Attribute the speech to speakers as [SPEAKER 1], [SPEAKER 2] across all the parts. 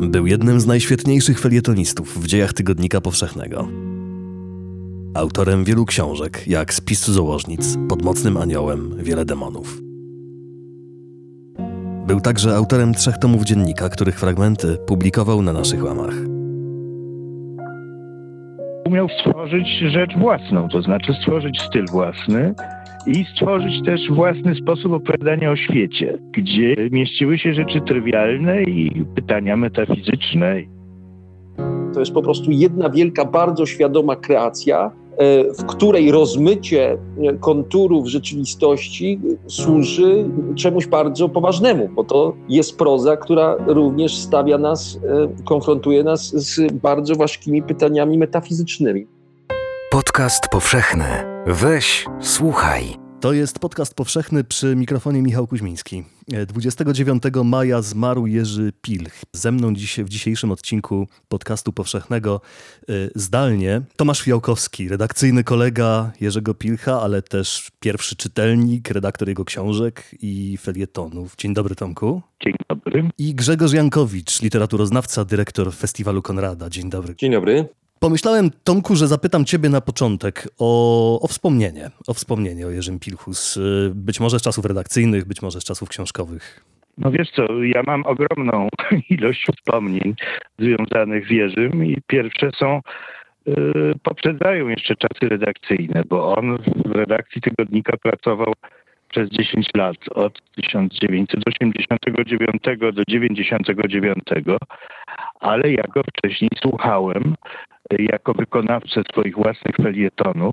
[SPEAKER 1] Był jednym z najświetniejszych felietonistów w dziejach Tygodnika Powszechnego. Autorem wielu książek, jak Spis cudzołożnic, Pod mocnym aniołem, Wiele demonów. Był także autorem 3 tomów dziennika, których fragmenty publikował na naszych łamach.
[SPEAKER 2] Umiał stworzyć rzecz własną, to znaczy stworzyć styl własny i stworzyć też własny sposób opowiadania o świecie, gdzie mieściły się rzeczy trywialne i pytania metafizyczne.
[SPEAKER 3] To jest po prostu jedna wielka, bardzo świadoma kreacja, w której rozmycie konturów rzeczywistości służy czemuś bardzo poważnemu, bo to jest proza, która również stawia nas, konfrontuje nas z bardzo ważkimi pytaniami metafizycznymi.
[SPEAKER 4] Podcast powszechny. Weź, słuchaj.
[SPEAKER 1] To jest podcast powszechny, przy mikrofonie Michał Kuźmiński. 29 maja zmarł Jerzy Pilch. Ze mną w dzisiejszym odcinku podcastu powszechnego zdalnie Tomasz Fiałkowski, redakcyjny kolega Jerzego Pilcha, ale też pierwszy czytelnik, redaktor jego książek i felietonów. Dzień dobry, Tomku.
[SPEAKER 2] Dzień dobry.
[SPEAKER 1] I Grzegorz Jankowicz, literaturoznawca, dyrektor Festiwalu Konrada. Dzień dobry.
[SPEAKER 3] Dzień dobry.
[SPEAKER 1] Pomyślałem, Tomku, że zapytam ciebie na początek o wspomnienie o Jerzym Pilchu, być może z czasów redakcyjnych, być może z czasów książkowych.
[SPEAKER 2] No wiesz co, ja mam ogromną ilość wspomnień związanych z Jerzym i pierwsze poprzedzają jeszcze czasy redakcyjne, bo on w redakcji Tygodnika pracował przez 10 lat, od 1989 do 1999, ale ja go wcześniej słuchałem jako wykonawcę swoich własnych felietonów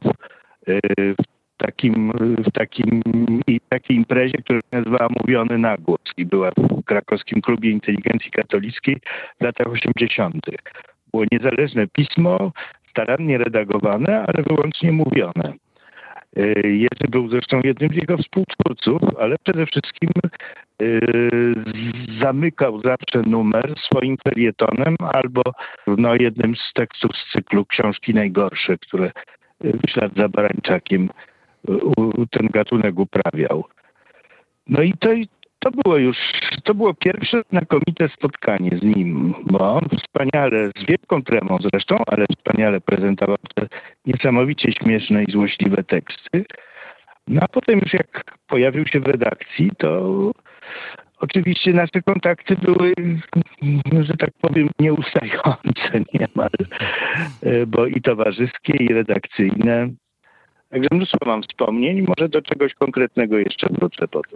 [SPEAKER 2] w takiej imprezie, która się nazywała Mówiony na głos i była w Krakowskim Klubie Inteligencji Katolickiej w latach 80. Było niezależne pismo, starannie redagowane, ale wyłącznie mówione. Jerzy był zresztą jednym z jego współtwórców, ale przede wszystkim zamykał zawsze numer swoim felietonem albo jednym z tekstów z cyklu Książki najgorsze, które w ślad za Barańczakiem ten gatunek uprawiał. No i to było pierwsze znakomite spotkanie z nim, bo on wspaniale, z wielką tremą zresztą, ale wspaniale prezentował te niesamowicie śmieszne i złośliwe teksty. No a potem już jak pojawił się w redakcji, to oczywiście nasze kontakty były, że tak powiem, nieustające niemal, bo i towarzyskie, i redakcyjne. Także mnóstwo mam wspomnień, może do czegoś konkretnego jeszcze wrócę potem.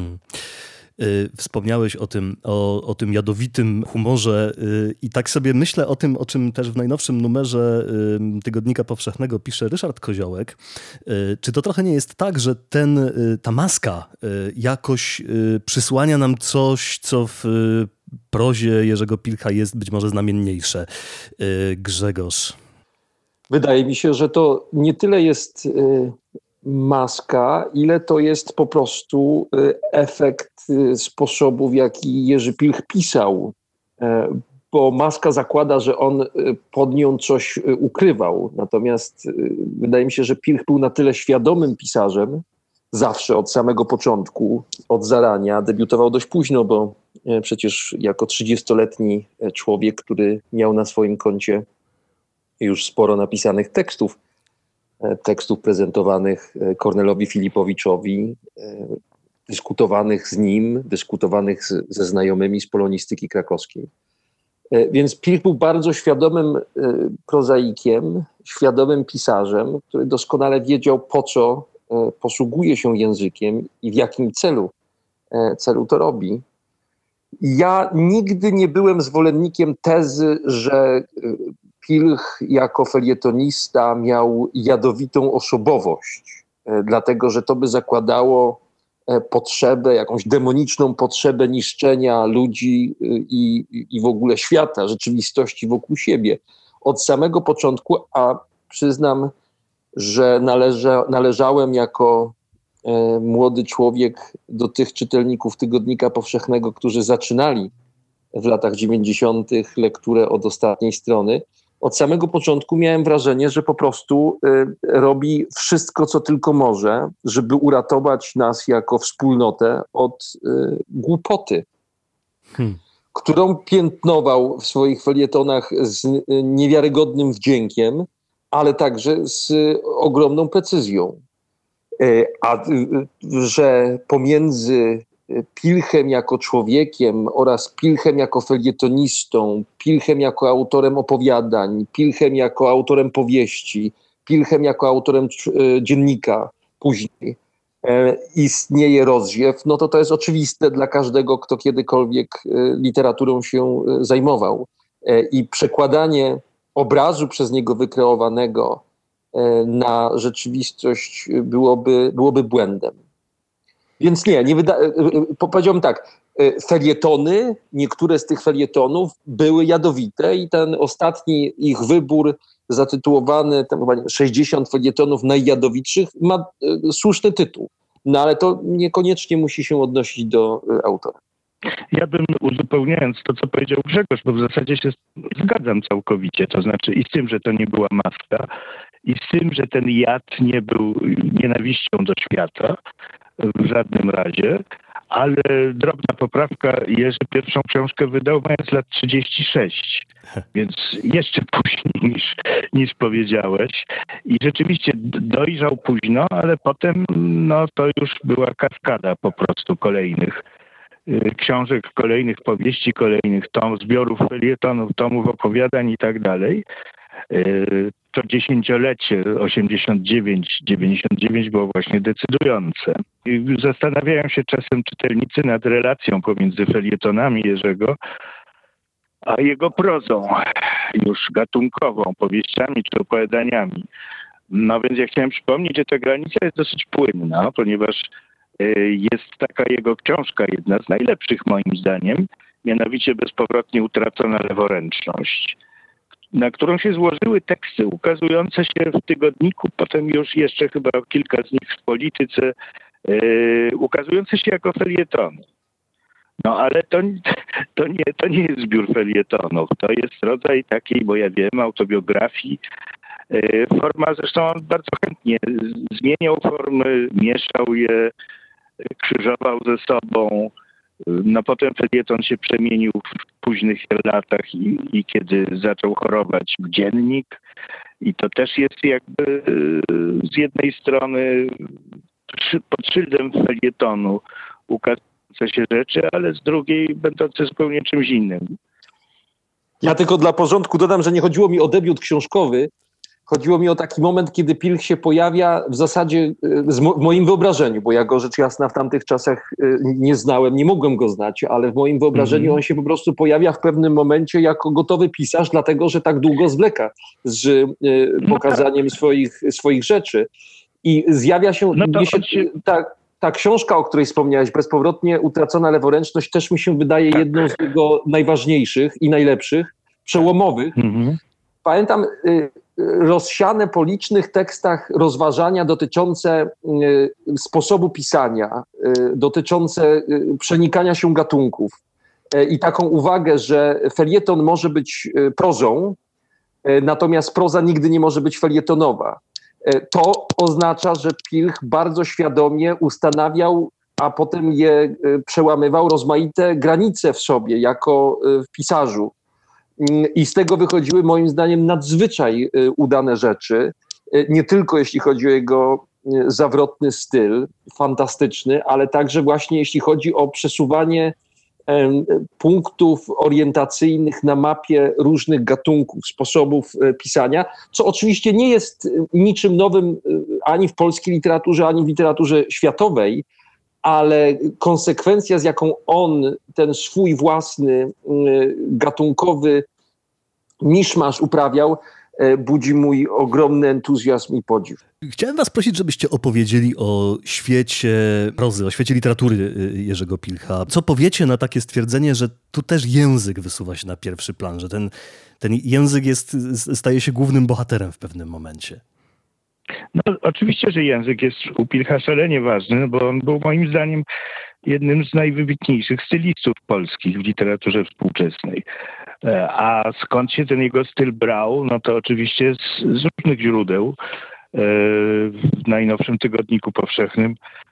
[SPEAKER 1] Wspomniałeś o tym jadowitym humorze i tak sobie myślę o tym, o czym też w najnowszym numerze Tygodnika Powszechnego pisze Ryszard Koziołek. Czy to trochę nie jest tak, że ta maska jakoś przysłania nam coś, co w prozie Jerzego Pilcha jest być może znamienniejsze? Grzegorz.
[SPEAKER 3] Wydaje mi się, że to nie tyle jest maska, ile to jest po prostu efekt sposobu, w jaki Jerzy Pilch pisał. Bo maska zakłada, że on pod nią coś ukrywał. Natomiast wydaje mi się, że Pilch był na tyle świadomym pisarzem, zawsze od samego początku, od zarania. Debiutował dość późno, bo przecież jako 30-letni człowiek, który miał na swoim koncie już sporo napisanych tekstów prezentowanych Kornelowi Filipowiczowi, dyskutowanych z nim, dyskutowanych ze znajomymi z polonistyki krakowskiej. Więc Pilch był bardzo świadomym prozaikiem, świadomym pisarzem, który doskonale wiedział, po co posługuje się językiem i w jakim celu to robi. Ja nigdy nie byłem zwolennikiem tezy, że Pilch jako felietonista miał jadowitą osobowość, dlatego że to by zakładało potrzebę, jakąś demoniczną potrzebę niszczenia ludzi i w ogóle świata, rzeczywistości wokół siebie. Od samego początku, a przyznam, że należałem jako młody człowiek do tych czytelników Tygodnika Powszechnego, którzy zaczynali w latach 90. lekturę od ostatniej strony. Od samego początku miałem wrażenie, że po prostu robi wszystko, co tylko może, żeby uratować nas jako wspólnotę od głupoty. którą piętnował w swoich felietonach z niewiarygodnym wdziękiem, ale także z ogromną precyzją. A że pomiędzy Pilchem jako człowiekiem oraz Pilchem jako felietonistą, Pilchem jako autorem opowiadań, Pilchem jako autorem powieści, Pilchem jako autorem dziennika później istnieje rozziew, no to jest oczywiste dla każdego, kto kiedykolwiek literaturą się zajmował. I przekładanie obrazu przez niego wykreowanego na rzeczywistość byłoby błędem. Więc powiedziałbym tak, felietony, niektóre z tych felietonów były jadowite i ten ostatni ich wybór zatytułowany tam chyba 60 felietonów najjadowitszych ma słuszny tytuł. No ale to niekoniecznie musi się odnosić do autora.
[SPEAKER 2] Ja bym, uzupełniając to, co powiedział Grzegorz, bo w zasadzie się zgadzam całkowicie, to znaczy i z tym, że to nie była maska, i z tym, że ten jad nie był nienawiścią do świata w żadnym razie, ale drobna poprawka, Jerzy pierwszą książkę wydał mając lat 36, więc jeszcze później niż powiedziałeś. I rzeczywiście dojrzał późno, ale potem no to już była kaskada po prostu kolejnych książek, kolejnych powieści, kolejnych zbiorów felietonów, tomów opowiadań i tak dalej. To dziesięciolecie 89-99 było właśnie decydujące. I zastanawiają się czasem czytelnicy nad relacją pomiędzy felietonami Jerzego a jego prozą, już gatunkową, powieściami czy opowiadaniami. No więc ja chciałem przypomnieć, że ta granica jest dosyć płynna, ponieważ jest taka jego książka, jedna z najlepszych moim zdaniem, mianowicie Bezpowrotnie utracona leworęczność, na którą się złożyły teksty ukazujące się w tygodniku, potem już jeszcze chyba kilka z nich w Polityce, ukazujące się jako felietony. No ale to nie jest zbiór felietonów, to jest rodzaj takiej, bo ja wiem, autobiografii. Forma, zresztą on bardzo chętnie zmieniał formy, mieszał je, krzyżował ze sobą. No potem felieton się przemienił w późnych latach i kiedy zaczął chorować w dziennik. I to też jest jakby z jednej strony pod szyldem felietonu ukazujące się rzeczy, ale z drugiej będące zupełnie czymś innym.
[SPEAKER 3] Ja tylko dla porządku dodam, że nie chodziło mi o debiut książkowy. Chodziło mi o taki moment, kiedy Pilch się pojawia w zasadzie w moim wyobrażeniu, bo ja go rzecz jasna w tamtych czasach nie znałem, nie mogłem go znać, ale w moim wyobrażeniu on się po prostu pojawia w pewnym momencie jako gotowy pisarz, dlatego że tak długo zwleka z pokazaniem swoich rzeczy. I zjawia się... Ta książka, o której wspomniałeś, Bezpowrotnie utracona leworęczność, też mi się wydaje jedną z jego najważniejszych i najlepszych, przełomowych. Pamiętam rozsiane po licznych tekstach rozważania dotyczące sposobu pisania, dotyczące przenikania się gatunków i taką uwagę, że felieton może być prozą, natomiast proza nigdy nie może być felietonowa. To oznacza, że Pilch bardzo świadomie ustanawiał, a potem je przełamywał, rozmaite granice w sobie jako w pisarzu. I z tego wychodziły moim zdaniem nadzwyczaj udane rzeczy, nie tylko jeśli chodzi o jego zawrotny styl, fantastyczny, ale także właśnie jeśli chodzi o przesuwanie punktów orientacyjnych na mapie różnych gatunków, sposobów pisania, co oczywiście nie jest niczym nowym ani w polskiej literaturze, ani w literaturze światowej, ale konsekwencja, z jaką on ten swój własny gatunkowy miszmasz uprawiał, budzi mój ogromny entuzjazm i podziw.
[SPEAKER 1] Chciałem was prosić, żebyście opowiedzieli o świecie prozy, o świecie literatury Jerzego Pilcha. Co powiecie na takie stwierdzenie, że tu też język wysuwa się na pierwszy plan, że ten język staje się głównym bohaterem w pewnym momencie?
[SPEAKER 2] No oczywiście, że język jest u Pilcha szalenie ważny, bo on był moim zdaniem jednym z najwybitniejszych stylistów polskich w literaturze współczesnej. A skąd się ten jego styl brał? No to oczywiście z różnych źródeł. W najnowszym Tygodniku Powszechnym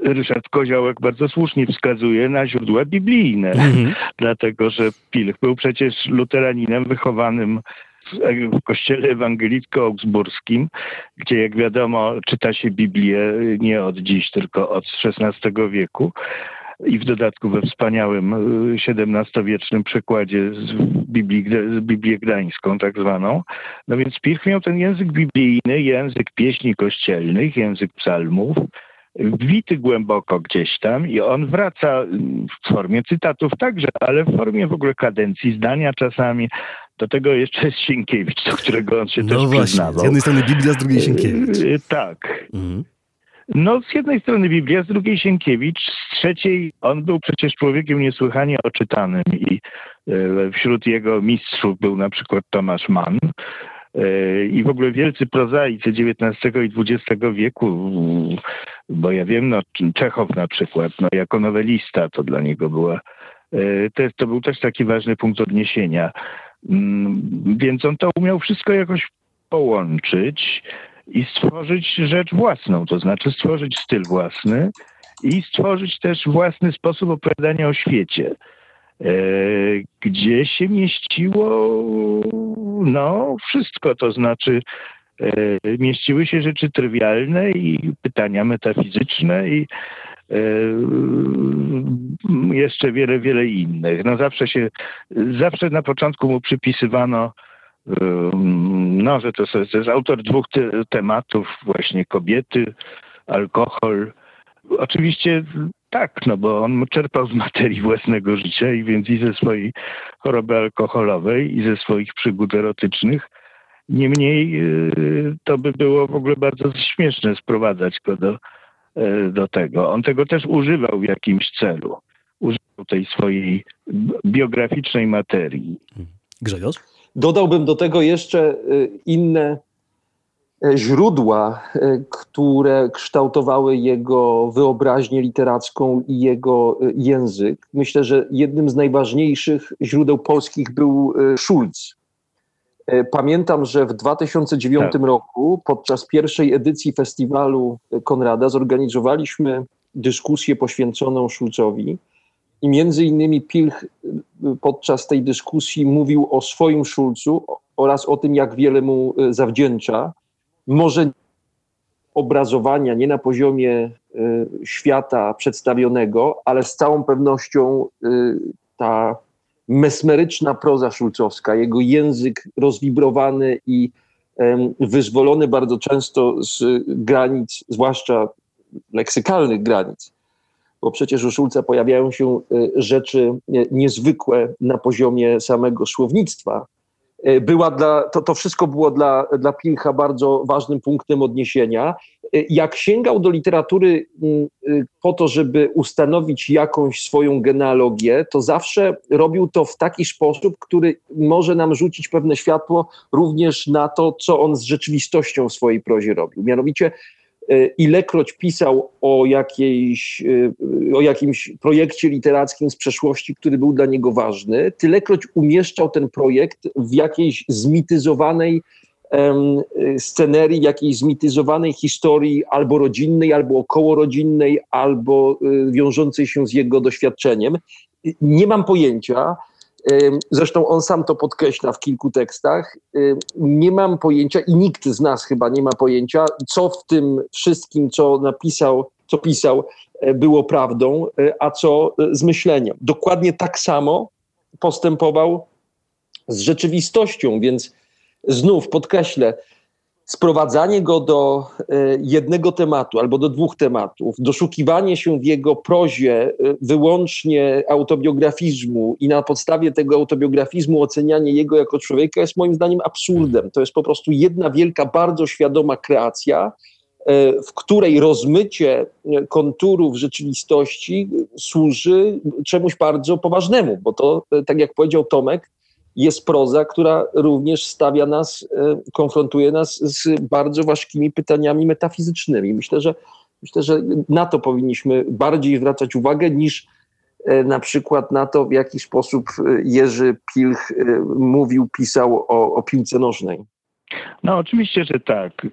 [SPEAKER 2] Ryszard Koziołek bardzo słusznie wskazuje na źródła biblijne, dlatego że Pilch był przecież luteraninem wychowanym w kościele ewangelicko-augsburskim, gdzie jak wiadomo czyta się Biblię nie od dziś, tylko od XVI wieku i w dodatku we wspaniałym XVII-wiecznym przekładzie z Biblię Gdańską tak zwaną. No więc Pilch miał ten język biblijny, język pieśni kościelnych, język psalmów, wbity głęboko gdzieś tam i on wraca w formie cytatów także, ale w formie w ogóle kadencji, zdania czasami. Do tego jeszcze jest Sienkiewicz, do którego on się też przyznawał.
[SPEAKER 1] Z jednej strony Biblia, z drugiej Sienkiewicz.
[SPEAKER 2] Tak. No z jednej strony Biblia, z drugiej Sienkiewicz, z trzeciej on był przecież człowiekiem niesłychanie oczytanym i wśród jego mistrzów był na przykład Tomasz Mann. I w ogóle wielcy prozaicy XIX i XX wieku, bo ja wiem, no Czechow na przykład, no jako nowelista to dla niego była, to był też taki ważny punkt odniesienia. Więc on to umiał wszystko jakoś połączyć i stworzyć rzecz własną, to znaczy stworzyć styl własny i stworzyć też własny sposób opowiadania o świecie, gdzie się mieściło no wszystko, to znaczy mieściły się rzeczy trywialne i pytania metafizyczne i jeszcze wiele, wiele innych. No zawsze na początku mu przypisywano no, że to jest autor dwóch tematów, właśnie kobiety, alkohol. Oczywiście tak, no bo on czerpał z materii własnego życia i więc i ze swojej choroby alkoholowej i ze swoich przygód erotycznych. Niemniej to by było w ogóle bardzo śmieszne sprowadzać go do tego. On tego też używał w jakimś celu. Używał tej swojej biograficznej materii.
[SPEAKER 1] Grzegorz?
[SPEAKER 3] Dodałbym do tego jeszcze inne źródła, które kształtowały jego wyobraźnię literacką i jego język. Myślę, że jednym z najważniejszych źródeł polskich był Schulz. Pamiętam, że w 2009 roku podczas pierwszej edycji festiwalu Konrada zorganizowaliśmy dyskusję poświęconą Schulzowi i między innymi Pilch podczas tej dyskusji mówił o swoim Schulzu oraz o tym, jak wiele mu zawdzięcza. Może obrazowania nie na poziomie świata przedstawionego, ale z całą pewnością ta mesmeryczna proza szulcowska, jego język rozwibrowany i wyzwolony bardzo często z granic, zwłaszcza leksykalnych granic, bo przecież u Schulza pojawiają się rzeczy niezwykłe na poziomie samego słownictwa. To wszystko było dla Pilcha bardzo ważnym punktem odniesienia. Jak sięgał do literatury po to, żeby ustanowić jakąś swoją genealogię, to zawsze robił to w taki sposób, który może nam rzucić pewne światło również na to, co on z rzeczywistością w swojej prozie robił. Mianowicie ilekroć pisał o jakimś projekcie literackim z przeszłości, który był dla niego ważny, tylekroć umieszczał ten projekt w jakiejś zmityzowanej scenerii, w jakiejś zmityzowanej historii albo rodzinnej, albo okołorodzinnej, albo wiążącej się z jego doświadczeniem. Nie mam pojęcia, zresztą on sam to podkreśla w kilku tekstach, nie mam pojęcia i nikt z nas chyba nie ma pojęcia, co w tym wszystkim, co pisał, było prawdą, a co zmyśleniem. Dokładnie tak samo postępował z rzeczywistością, więc znów podkreślę, sprowadzanie go do jednego tematu albo do dwóch tematów, doszukiwanie się w jego prozie wyłącznie autobiografizmu i na podstawie tego autobiografizmu ocenianie jego jako człowieka jest moim zdaniem absurdem. To jest po prostu jedna wielka, bardzo świadoma kreacja, w której rozmycie konturów rzeczywistości służy czemuś bardzo poważnemu, bo to, tak jak powiedział Tomek, jest proza, która również stawia nas, konfrontuje nas z bardzo ważkimi pytaniami metafizycznymi. Myślę, że na to powinniśmy bardziej zwracać uwagę niż na przykład na to, w jaki sposób Jerzy Pilch pisał o piłce nożnej.
[SPEAKER 2] No oczywiście, że tak.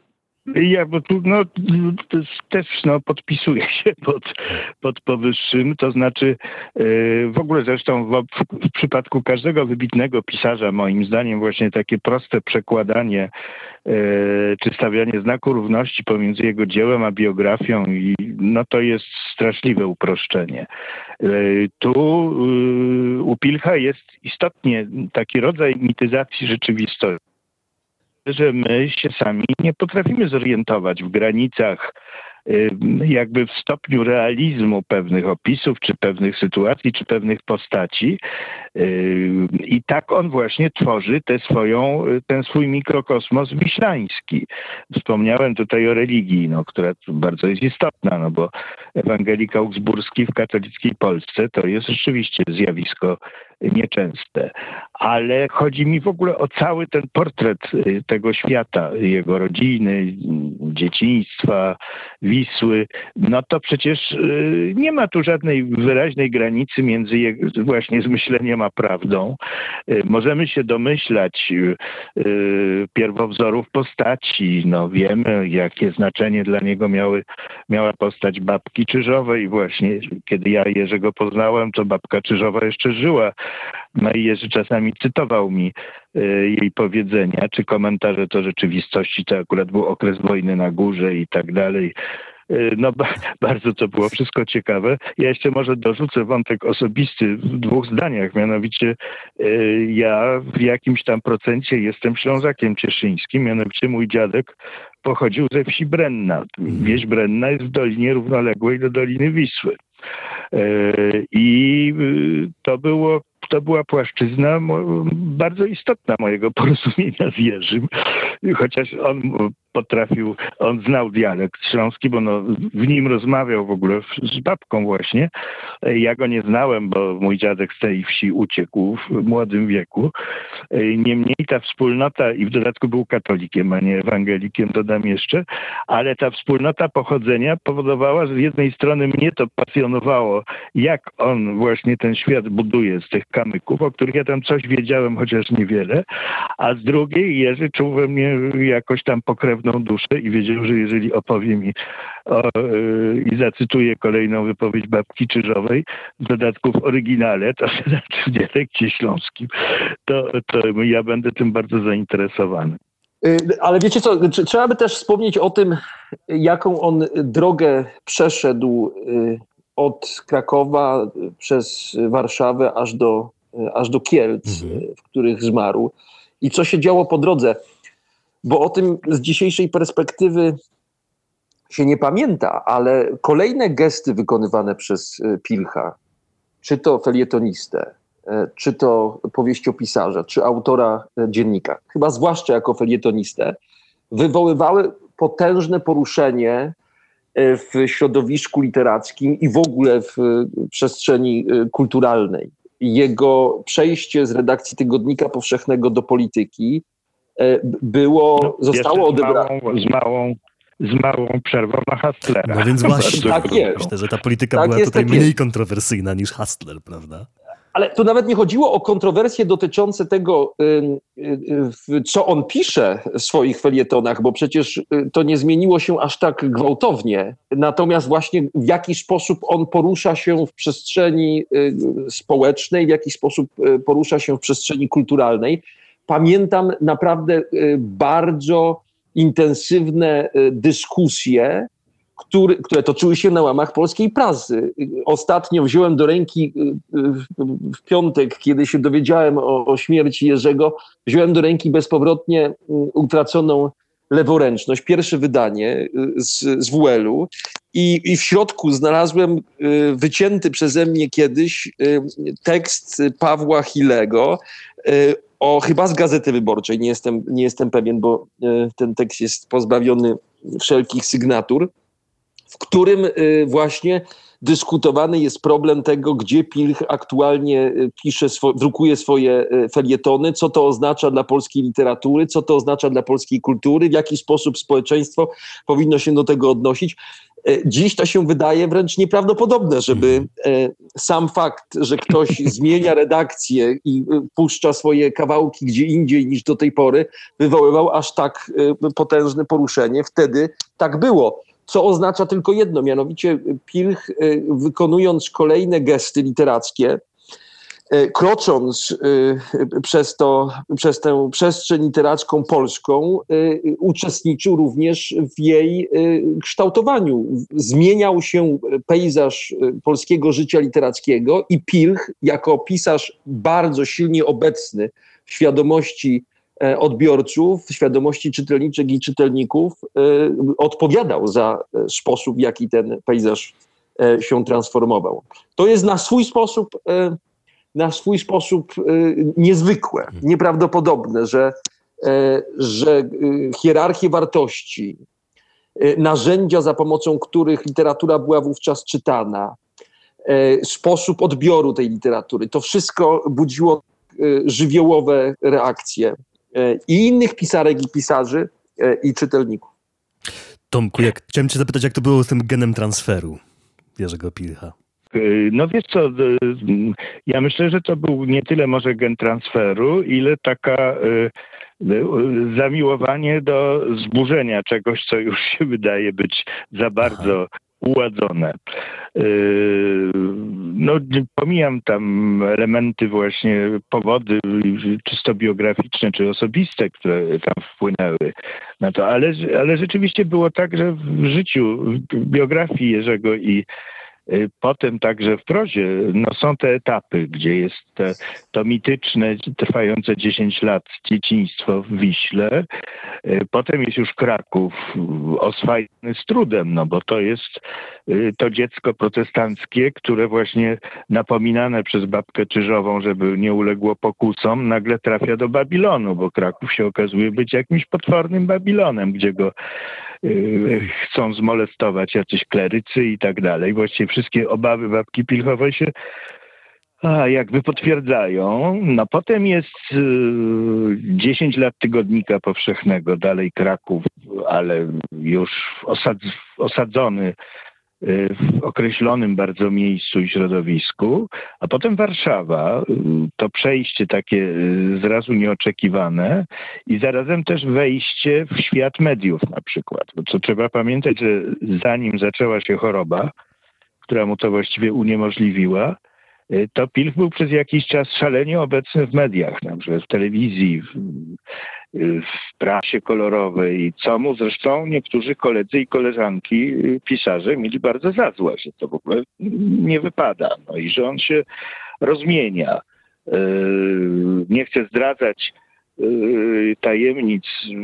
[SPEAKER 2] Ja, bo tu też podpisuję się pod powyższym, to znaczy w ogóle zresztą w przypadku każdego wybitnego pisarza moim zdaniem właśnie takie proste przekładanie czy stawianie znaku równości pomiędzy jego dziełem a biografią to jest straszliwe uproszczenie. Tu u Pilcha jest istotnie taki rodzaj mityzacji rzeczywistości, że my się sami nie potrafimy zorientować w granicach, jakby w stopniu realizmu pewnych opisów, czy pewnych sytuacji, czy pewnych postaci. I tak on właśnie tworzy ten swój mikrokosmos wiślański. Wspomniałem tutaj o religii, która bardzo jest istotna, bo ewangelik augsburski w katolickiej Polsce to jest rzeczywiście zjawisko nieczęste. Ale chodzi mi w ogóle o cały ten portret tego świata, jego rodziny, dzieciństwa, Wisły. To przecież nie ma tu żadnej wyraźnej granicy między właśnie zmyśleniem a prawdą. Możemy się domyślać pierwowzorów postaci. Wiemy, jakie znaczenie dla niego miała postać babki Czyżowej. Właśnie kiedy ja Jerzego poznałem, to babka Czyżowa jeszcze żyła. I Jerzy czasami cytował mi jej powiedzenia, czy komentarze do rzeczywistości. To akurat był okres wojny na górze i tak dalej. Bardzo to było wszystko ciekawe. Ja jeszcze może dorzucę wątek osobisty w 2 zdaniach, mianowicie ja w jakimś tam procencie jestem Ślązakiem cieszyńskim, mianowicie mój dziadek pochodził ze wsi Brenna. Wieś Brenna jest w dolinie równoległej do Doliny Wisły. I to była płaszczyzna bardzo istotna mojego porozumienia z Jerzym, chociaż on znał dialekt śląski, bo w nim rozmawiał w ogóle z babką właśnie. Ja go nie znałem, bo mój dziadek z tej wsi uciekł w młodym wieku. Niemniej ta wspólnota, i w dodatku był katolikiem, a nie ewangelikiem, dodam jeszcze, ale ta wspólnota pochodzenia powodowała, że z jednej strony mnie to pasjonowało, jak on właśnie ten świat buduje z tych kamyków, o których ja tam coś wiedziałem, chociaż niewiele, a z drugiej Jerzy czuł we mnie jakoś tam pokrewną duszę i wiedział, że jeżeli opowie mi i zacytuję kolejną wypowiedź babki Czyżowej, w dodatku w oryginale, to znaczy w dialekcie śląskim, to ja będę tym bardzo zainteresowany.
[SPEAKER 3] Ale wiecie co, trzeba by też wspomnieć o tym, jaką on drogę przeszedł od Krakowa przez Warszawę aż do Kielc, w których zmarł, i co się działo po drodze. Bo o tym z dzisiejszej perspektywy się nie pamięta, ale kolejne gesty wykonywane przez Pilcha, czy to felietonistę, czy to powieściopisarza, czy autora dziennika, chyba zwłaszcza jako felietonistę, wywoływały potężne poruszenie w środowisku literackim i w ogóle w przestrzeni kulturalnej. Jego przejście z redakcji Tygodnika Powszechnego do polityki zostało odebrane.
[SPEAKER 2] Z małą przerwą na Hastlera.
[SPEAKER 1] No więc właśnie,
[SPEAKER 3] tak jest.
[SPEAKER 1] Myślę, że ta polityka była tutaj mniej kontrowersyjna niż Hastler, prawda?
[SPEAKER 3] Ale tu nawet nie chodziło o kontrowersje dotyczące tego, co on pisze w swoich felietonach, bo przecież to nie zmieniło się aż tak gwałtownie. Natomiast właśnie w jaki sposób on porusza się w przestrzeni społecznej, w jaki sposób porusza się w przestrzeni kulturalnej. Pamiętam naprawdę bardzo intensywne dyskusje, które toczyły się na łamach polskiej prasy. Ostatnio wziąłem do ręki w piątek, kiedy się dowiedziałem o śmierci Jerzego, wziąłem do ręki bezpowrotnie utraconą leworęczność, pierwsze wydanie z WL-u i w środku znalazłem wycięty przeze mnie kiedyś tekst Pawła Chilego, chyba z Gazety Wyborczej, nie jestem pewien, bo ten tekst jest pozbawiony wszelkich sygnatur, w którym właśnie dyskutowany jest problem tego, gdzie Pilch aktualnie drukuje swoje felietony, co to oznacza dla polskiej literatury, co to oznacza dla polskiej kultury, w jaki sposób społeczeństwo powinno się do tego odnosić. Dziś to się wydaje wręcz nieprawdopodobne, żeby sam fakt, że ktoś zmienia redakcję i puszcza swoje kawałki gdzie indziej niż do tej pory, wywoływał aż tak potężne poruszenie. Wtedy tak było. Co oznacza tylko jedno, mianowicie Pilch, wykonując kolejne gesty literackie, krocząc przez tę przestrzeń literacką polską, uczestniczył również w jej kształtowaniu. Zmieniał się pejzaż polskiego życia literackiego i Pilch, jako pisarz bardzo silnie obecny w świadomości odbiorców, świadomości czytelniczek i czytelników, odpowiadał za sposób, w jaki ten pejzaż się transformował. To jest na swój sposób niezwykłe, nieprawdopodobne, że hierarchie wartości, narzędzia, za pomocą których literatura była wówczas czytana, sposób odbioru tej literatury, to wszystko budziło żywiołowe reakcje i innych pisarek i pisarzy, i czytelników.
[SPEAKER 1] Tomku, chciałem cię zapytać, jak to było z tym genem transferu Jerzego Pilcha?
[SPEAKER 2] No wiesz co, ja myślę, że to był nie tyle może gen transferu, ile taka zamiłowanie do zburzenia czegoś, co już się wydaje być za bardzo uładzone. No, pomijam tam elementy właśnie, powody czysto biograficzne czy osobiste, które tam wpłynęły na to, ale rzeczywiście było tak, że w życiu, w biografii Jerzego i potem także w prozie są te etapy, gdzie jest to mityczne, trwające 10 lat dzieciństwo w Wiśle. Potem jest już Kraków, oswajany z trudem, bo to jest to dziecko protestanckie, które właśnie napominane przez babkę Czyżową, żeby nie uległo pokusom, nagle trafia do Babilonu, bo Kraków się okazuje być jakimś potwornym Babilonem, gdzie go chcą zmolestować jacyś klerycy i tak dalej. Właściwie wszystkie obawy babki Pilchowej się jakby potwierdzają. No potem jest 10 lat Tygodnika Powszechnego, dalej Kraków, ale już osadzony w określonym bardzo miejscu i środowisku, a potem Warszawa, to przejście takie zrazu nieoczekiwane i zarazem też wejście w świat mediów na przykład. Bo co trzeba pamiętać, że zanim zaczęła się choroba, która mu to właściwie uniemożliwiła, to Pilch był przez jakiś czas szalenie obecny w mediach, na przykład w telewizji, w prasie kolorowej, co mu zresztą niektórzy koledzy i koleżanki, pisarze mieli bardzo za złe, że to w ogóle nie wypada, i że on się rozmienia. Nie chcę zdradzać tajemnic,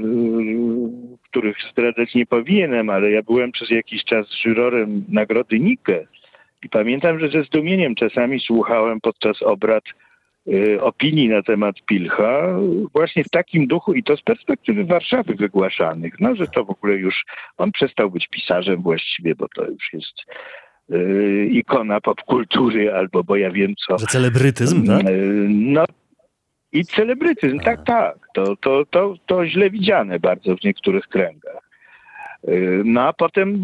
[SPEAKER 2] których zdradzać nie powinienem, ale ja byłem przez jakiś czas żyrorem Nagrody Nike i pamiętam, że ze zdumieniem czasami słuchałem podczas obrad opinii na temat Pilcha właśnie w takim duchu i to z perspektywy Warszawy wygłaszanych, że to w ogóle już on przestał być pisarzem właściwie, bo to już jest ikona popkultury albo bo ja wiem co.
[SPEAKER 1] Że celebrytyzm, tak?
[SPEAKER 2] I celebrytyzm, tak. To źle widziane bardzo w niektórych kręgach. A potem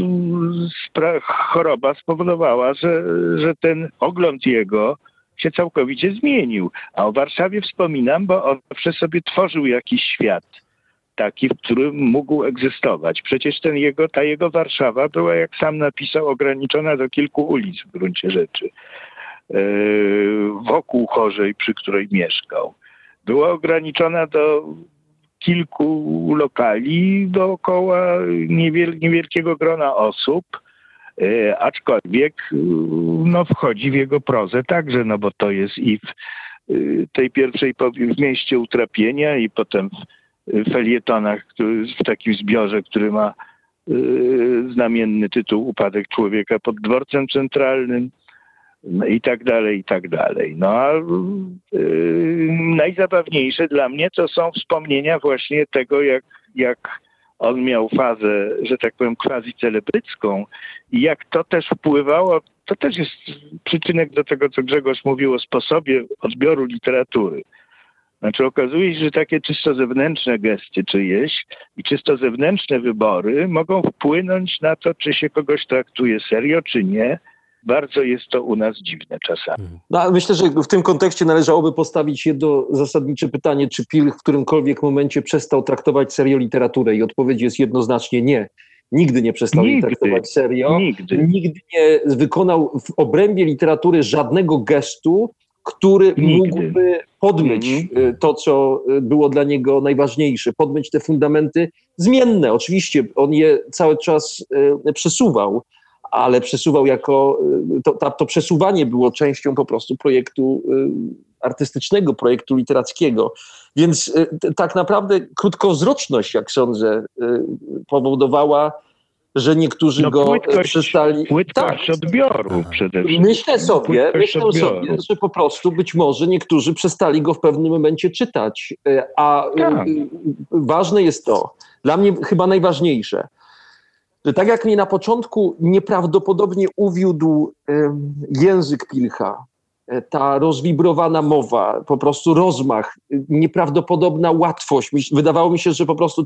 [SPEAKER 2] choroba spowodowała, że ten ogląd jego się całkowicie zmienił. A o Warszawie wspominam, bo on zawsze sobie tworzył jakiś świat taki, w którym mógł egzystować. Przecież ta jego Warszawa była, jak sam napisał, ograniczona do kilku ulic w gruncie rzeczy. Wokół Chorzej, przy której mieszkał. Była ograniczona do kilku lokali dookoła niewielkiego grona osób, aczkolwiek wchodzi w jego prozę także, bo to jest i w tej pierwszej w Mieście Utrapienia i potem w felietonach, w takim zbiorze, który ma znamienny tytuł Upadek człowieka pod dworcem centralnym. I tak dalej, i tak dalej. Najzabawniejsze dla mnie to są wspomnienia właśnie tego, jak on miał fazę, że tak powiem, quasi-celebrycką i jak to też wpływało to też jest przyczynek do tego, co Grzegorz mówił o sposobie odbioru literatury. Znaczy okazuje się, że takie czysto zewnętrzne gesty czyjeś i czysto zewnętrzne wybory mogą wpłynąć na to, czy się kogoś traktuje serio, czy nie. Bardzo jest to u nas dziwne czasami.
[SPEAKER 3] No, ale myślę, że w tym kontekście należałoby postawić jedno zasadnicze pytanie, czy Pilch w którymkolwiek momencie przestał traktować serio literaturę i odpowiedź jest jednoznacznie nie. Nigdy nie przestał jej traktować serio. Nigdy nie wykonał w obrębie literatury żadnego gestu, który mógłby podmyć to, co było dla niego najważniejsze, podmyć te fundamenty zmienne. Oczywiście on je cały czas przesuwał, ale przesuwał jako, to przesuwanie było częścią po prostu projektu artystycznego, projektu literackiego. Więc tak naprawdę krótkowzroczność, jak sądzę, powodowała, że niektórzy go przestali...
[SPEAKER 2] Płytkość odbioru przede wszystkim.
[SPEAKER 3] Myślę sobie, że po prostu być może niektórzy przestali go w pewnym momencie czytać. A ważne jest to, dla mnie chyba najważniejsze, że tak jak mnie na początku nieprawdopodobnie uwiódł język Pilcha, ta rozwibrowana mowa, po prostu rozmach, nieprawdopodobna łatwość. Wydawało mi się, że po prostu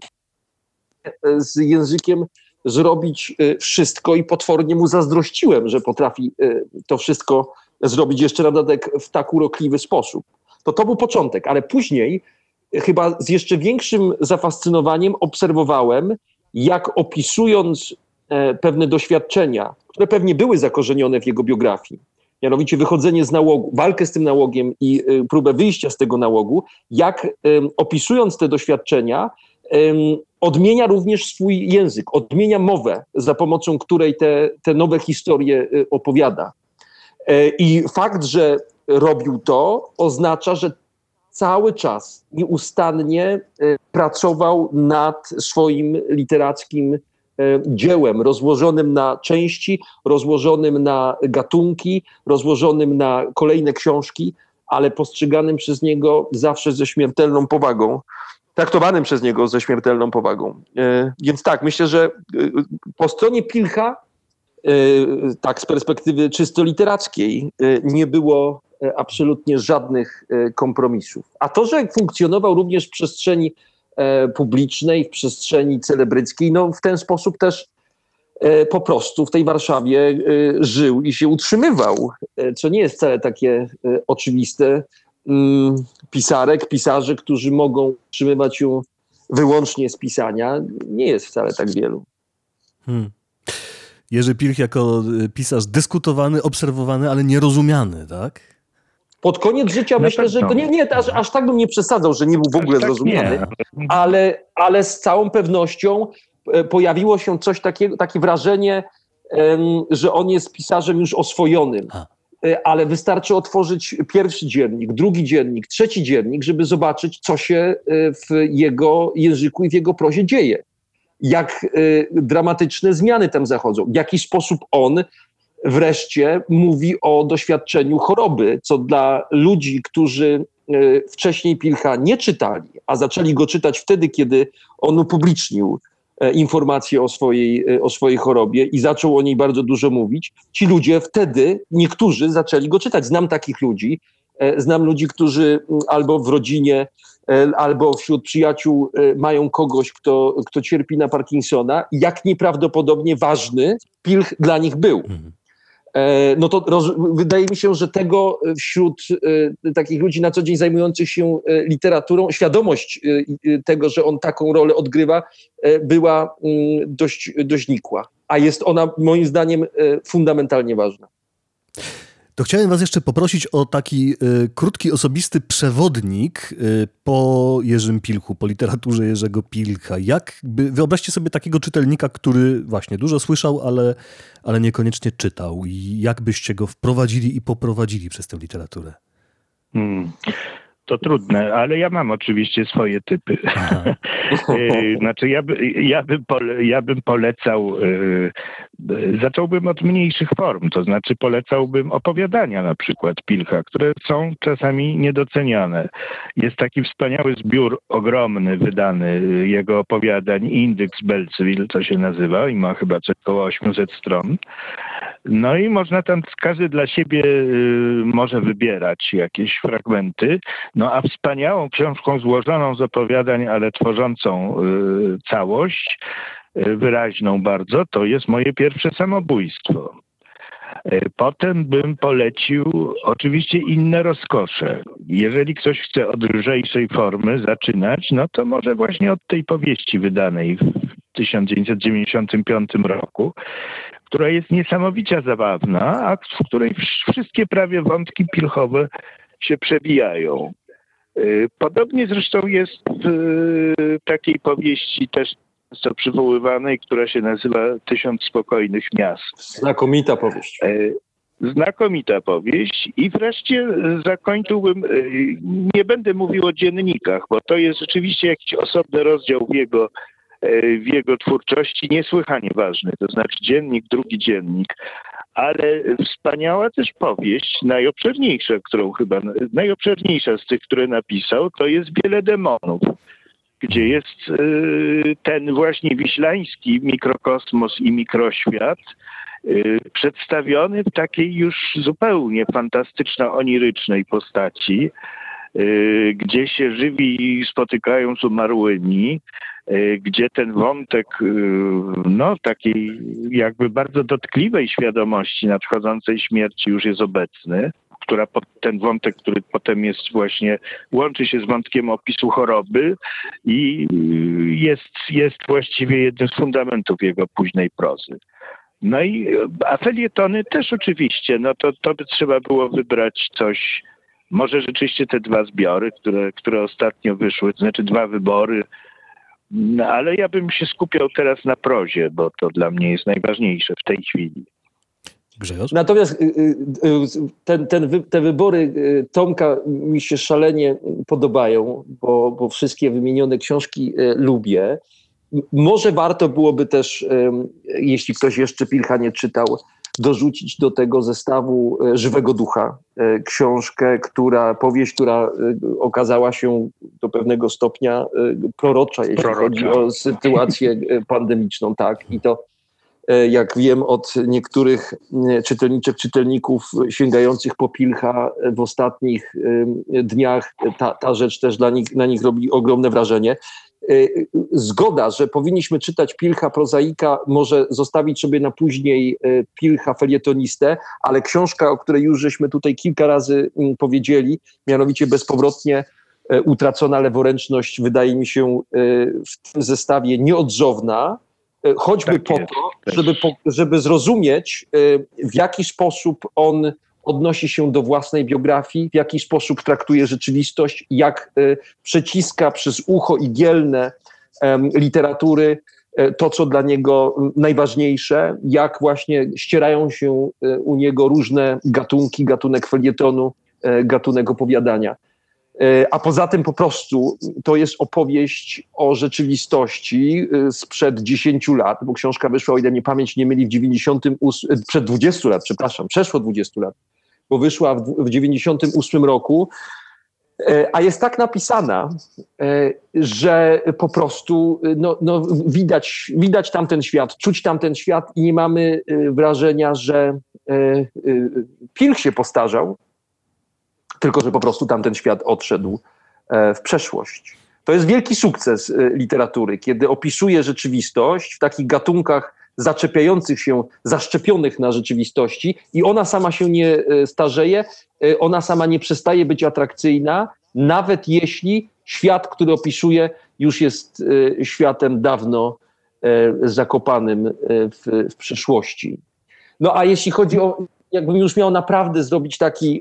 [SPEAKER 3] z językiem zrobić wszystko i potwornie mu zazdrościłem, że potrafi to wszystko zrobić jeszcze na dodatek w tak urokliwy sposób. To był początek, ale później chyba z jeszcze większym zafascynowaniem obserwowałem, jak opisując pewne doświadczenia, które pewnie były zakorzenione w jego biografii, mianowicie wychodzenie z nałogu, walkę z tym nałogiem i próbę wyjścia z tego nałogu, jak opisując te doświadczenia, odmienia również swój język, odmienia mowę, za pomocą której te nowe historie opowiada. I fakt, że robił to, oznacza, że cały czas nieustannie pracował nad swoim literackim dziełem, rozłożonym na części, rozłożonym na gatunki, rozłożonym na kolejne książki, ale postrzeganym przez niego zawsze ze śmiertelną powagą. Traktowanym przez niego ze śmiertelną powagą. Więc tak, myślę, że po stronie Pilcha, tak z perspektywy czysto literackiej, nie było absolutnie żadnych kompromisów. A to, że funkcjonował również w przestrzeni publicznej, w przestrzeni celebryckiej, no w ten sposób też po prostu w tej Warszawie żył i się utrzymywał, co nie jest wcale takie oczywiste. Pisarzy, którzy mogą utrzymywać się wyłącznie z pisania, nie jest wcale tak wielu.
[SPEAKER 1] Jerzy Pilch jako pisarz dyskutowany, obserwowany, ale nierozumiany, tak?
[SPEAKER 3] Pod koniec życia myślę, że to nie aż tak bym nie przesadzał, że nie był w ogóle zrozumiany, ale z całą pewnością pojawiło się coś takiego, takie wrażenie, że on jest pisarzem już oswojonym. Ale wystarczy otworzyć pierwszy dziennik, drugi dziennik, trzeci dziennik, żeby zobaczyć, co się w jego języku i w jego prozie dzieje. Jak dramatyczne zmiany tam zachodzą. W jaki sposób on wreszcie mówi o doświadczeniu choroby, co dla ludzi, którzy wcześniej Pilcha nie czytali, a zaczęli go czytać wtedy, kiedy on upublicznił informacje o swojej chorobie i zaczął o niej bardzo dużo mówić. Ci ludzie wtedy, niektórzy zaczęli go czytać. Znam takich ludzi. Znam ludzi, którzy albo w rodzinie, albo wśród przyjaciół mają kogoś, kto cierpi na Parkinsona. Jak nieprawdopodobnie ważny Pilch dla nich był. No to wydaje mi się, że tego wśród takich ludzi na co dzień zajmujących się literaturą, świadomość tego, że on taką rolę odgrywa, była dość nikła. A jest ona moim zdaniem fundamentalnie ważna.
[SPEAKER 1] To chciałem was jeszcze poprosić o taki krótki, osobisty przewodnik po Jerzym Pilchu, po literaturze Jerzego Pilcha. Wyobraźcie sobie takiego czytelnika, który właśnie dużo słyszał, ale niekoniecznie czytał. I jak byście go wprowadzili i poprowadzili przez tę literaturę?
[SPEAKER 2] To trudne, ale ja mam oczywiście swoje typy. Znaczy ja bym polecał, zacząłbym od mniejszych form, to znaczy polecałbym opowiadania na przykład Pilcha, które są czasami niedoceniane. Jest taki wspaniały zbiór ogromny, wydany jego opowiadań, Index Belceville to się nazywa i ma chyba około 800 stron. No i można tam, każdy dla siebie może wybierać jakieś fragmenty. No a wspaniałą książką złożoną z opowiadań, ale tworzącą całość, wyraźną bardzo, to jest Moje pierwsze samobójstwo. Potem bym polecił oczywiście Inne rozkosze. Jeżeli ktoś chce od lżejszej formy zaczynać, no to może właśnie od tej powieści wydanej w 1995 roku, która jest niesamowicie zabawna, a w której wszystkie prawie wątki pilchowe się przebijają. Podobnie zresztą jest w takiej powieści też często przywoływanej, która się nazywa 1000 spokojnych miast.
[SPEAKER 3] Znakomita powieść.
[SPEAKER 2] Znakomita powieść. I wreszcie zakończyłbym, nie będę mówił o dziennikach, bo to jest rzeczywiście jakiś osobny rozdział w jego twórczości, niesłychanie ważny. To znaczy dziennik, drugi dziennik. Ale wspaniała też powieść, najobszerniejsza z tych, które napisał, to jest Wiele demonów, gdzie jest ten właśnie wiślański mikrokosmos i mikroświat przedstawiony w takiej już zupełnie fantastyczno-onirycznej postaci, gdzie się żywi spotykają z umarłymi, gdzie ten wątek takiej jakby bardzo dotkliwej świadomości nadchodzącej śmierci już jest obecny, ten wątek, który potem jest właśnie, łączy się z wątkiem opisu choroby i jest właściwie jednym z fundamentów jego późnej prozy. No a felietony też oczywiście, no to by trzeba było wybrać coś, może rzeczywiście te dwa zbiory, które ostatnio wyszły, to znaczy dwa wybory, no, ale ja bym się skupiał teraz na prozie, bo to dla mnie jest najważniejsze w tej chwili.
[SPEAKER 1] Grzegorz?
[SPEAKER 3] Natomiast te wybory Tomka mi się szalenie podobają, bo wszystkie wymienione książki lubię. Może warto byłoby też, jeśli ktoś jeszcze Pilcha nie czytał, dorzucić do tego zestawu Żywego ducha powieść, która okazała się do pewnego stopnia prorocza, jeśli chodzi o sytuację pandemiczną. Tak, i to jak wiem od niektórych czytelniczek, czytelników sięgających po Pilcha w ostatnich dniach, ta rzecz też na nich robi ogromne wrażenie. Zgoda, że powinniśmy czytać Pilcha prozaika, może zostawić sobie na później Pilcha felietonistę, ale książka, o której już żeśmy tutaj kilka razy powiedzieli, mianowicie Bezpowrotnie utracona leworęczność, wydaje mi się w tym zestawie nieodzowna, choćby po to, żeby zrozumieć, w jaki sposób on odnosi się do własnej biografii, w jaki sposób traktuje rzeczywistość, jak przeciska przez ucho igielne literatury to, co dla niego najważniejsze, jak właśnie ścierają się u niego różne gatunki, gatunek felietonu, gatunek opowiadania. A poza tym po prostu to jest opowieść o rzeczywistości sprzed 10 lat, bo książka wyszła, o ile mnie pamięć nie myli, przed 20 lat, przepraszam, przeszło 20 lat, bo wyszła w 98 roku, a jest tak napisana, że po prostu widać tamten świat, czuć tamten świat i nie mamy wrażenia, że Pilch się postarzał, tylko że po prostu tamten świat odszedł w przeszłość. To jest wielki sukces literatury, kiedy opisuje rzeczywistość w takich gatunkach zaczepiających się, zaszczepionych na rzeczywistości i ona sama się nie starzeje, ona sama nie przestaje być atrakcyjna, nawet jeśli świat, który opisuje, już jest światem dawno zakopanym w przyszłości. No a jeśli chodzi o, jakbym już miał naprawdę zrobić taki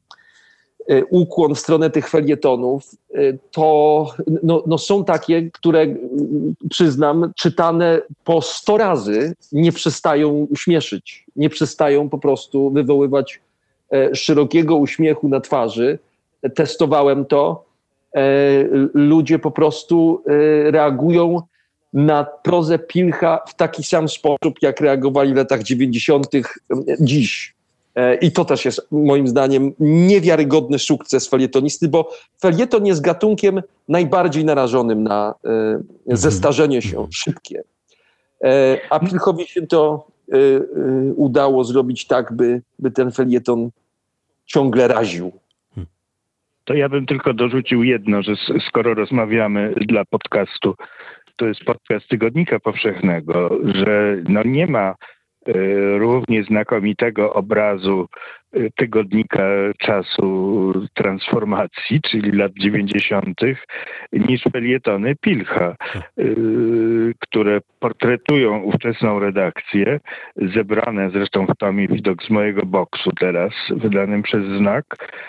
[SPEAKER 3] ukłon w stronę tych felietonów, to są takie, które, przyznam, czytane po 100 razy nie przestają śmieszyć, nie przestają po prostu wywoływać szerokiego uśmiechu na twarzy. testowałem to, ludzie po prostu reagują na prozę Pilcha w taki sam sposób, jak reagowali w latach 90. dziś. I to też jest moim zdaniem niewiarygodny sukces felietonisty, bo felieton jest gatunkiem najbardziej narażonym na zestarzenie się szybkie. A Pilchowi się to udało zrobić tak, by ten felieton ciągle raził.
[SPEAKER 2] To ja bym tylko dorzucił jedno, że skoro rozmawiamy dla podcastu, to jest podcast Tygodnika Powszechnego, że nie ma równie znakomitego obrazu tygodnika czasu transformacji, czyli lat 90., niż felietony Pilcha, które portretują ówczesną redakcję, zebrane zresztą w tomie Widok z mojego boksu teraz, wydanym przez Znak.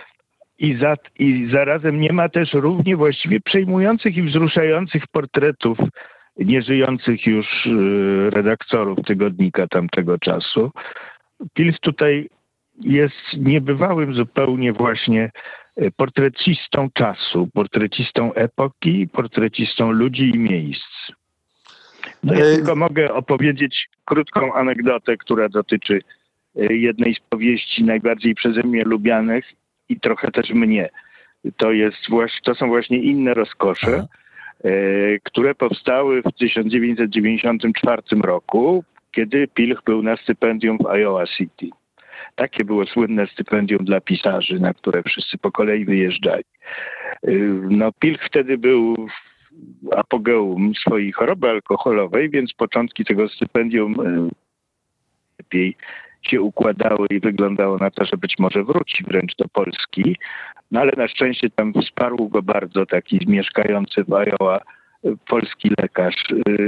[SPEAKER 2] I zarazem nie ma też równie właściwie przejmujących i wzruszających portretów nieżyjących już redaktorów tygodnika tamtego czasu. Pilch tutaj jest niebywałym zupełnie właśnie portrecistą czasu, portrecistą epoki, portrecistą ludzi i miejsc. Ja tylko mogę opowiedzieć krótką anegdotę, która dotyczy jednej z powieści najbardziej przeze mnie lubianych i trochę też mnie. To są właśnie Inne rozkosze, które powstały w 1994 roku, kiedy Pilch był na stypendium w Iowa City. Takie było słynne stypendium dla pisarzy, na które wszyscy po kolei wyjeżdżali. Pilch wtedy był w apogeum swojej choroby alkoholowej, więc początki tego stypendium lepiej się układały i wyglądało na to, że być może wróci wręcz do Polski. Ale na szczęście tam wsparł go bardzo taki mieszkający w Iowa polski lekarz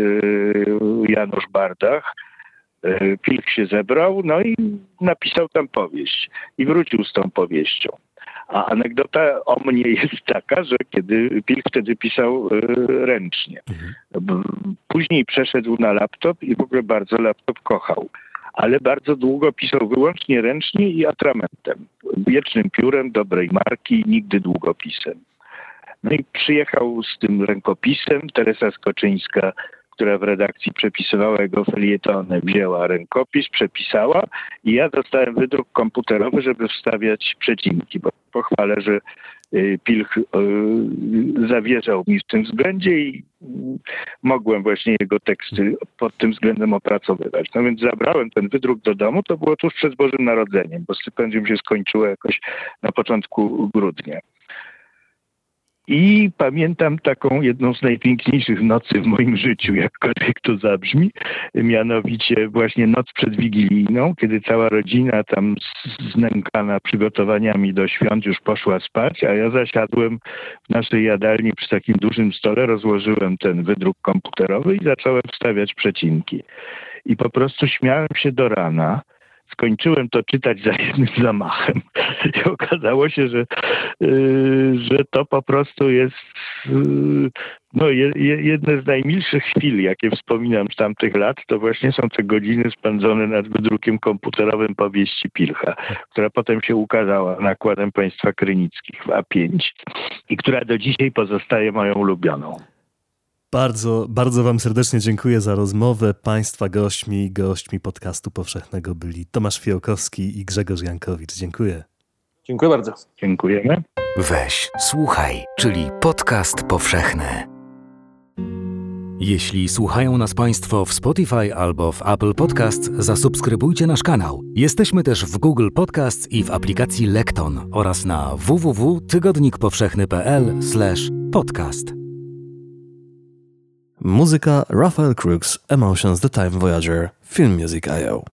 [SPEAKER 2] Janusz Bardach. Pilch się zebrał, i napisał tam powieść. I wrócił z tą powieścią. A anegdota o mnie jest taka, że kiedy Pilch wtedy pisał ręcznie. Później przeszedł na laptop i w ogóle bardzo laptop kochał. Ale bardzo długo pisał wyłącznie ręcznie i atramentem. Wiecznym piórem dobrej marki, nigdy długopisem. I przyjechał z tym rękopisem. Teresa Skoczyńska, która w redakcji przepisywała jego felietony, wzięła rękopis, przepisała i ja dostałem wydruk komputerowy, żeby wstawiać przecinki, bo pochwalę, że Pilch zawierzał mi w tym względzie i mogłem właśnie jego teksty pod tym względem opracowywać. Więc zabrałem ten wydruk do domu, to było tuż przed Bożym Narodzeniem, bo stypendium się skończyło jakoś na początku grudnia. I pamiętam taką jedną z najpiękniejszych nocy w moim życiu, jakkolwiek to zabrzmi, mianowicie właśnie noc przedwigilijną, kiedy cała rodzina tam znękana przygotowaniami do świąt już poszła spać, a ja zasiadłem w naszej jadalni przy takim dużym stole, rozłożyłem ten wydruk komputerowy i zacząłem wstawiać przecinki. I po prostu śmiałem się do rana. Skończyłem to czytać za jednym zamachem i okazało się, że to po prostu jest jedne z najmilszych chwil, jakie wspominam z tamtych lat, to właśnie są te godziny spędzone nad wydrukiem komputerowym powieści Pilcha, która potem się ukazała nakładem państwa Krynickich w A5 i która do dzisiaj pozostaje moją ulubioną.
[SPEAKER 1] Bardzo, bardzo wam serdecznie dziękuję za rozmowę. Państwa gośćmi podcastu powszechnego byli Tomasz Fiałkowski i Grzegorz Jankowicz. Dziękuję.
[SPEAKER 3] Dziękuję bardzo.
[SPEAKER 2] Dziękujemy.
[SPEAKER 4] Weź, słuchaj, czyli podcast powszechny. Jeśli słuchają nas Państwo w Spotify albo w Apple Podcasts, zasubskrybujcie nasz kanał. Jesteśmy też w Google Podcasts i w aplikacji Lekton oraz na www.tygodnikpowszechny.pl/podcast.
[SPEAKER 1] Muzyka Raphael Crooks, Emotions The Time Voyager, Film Music.io.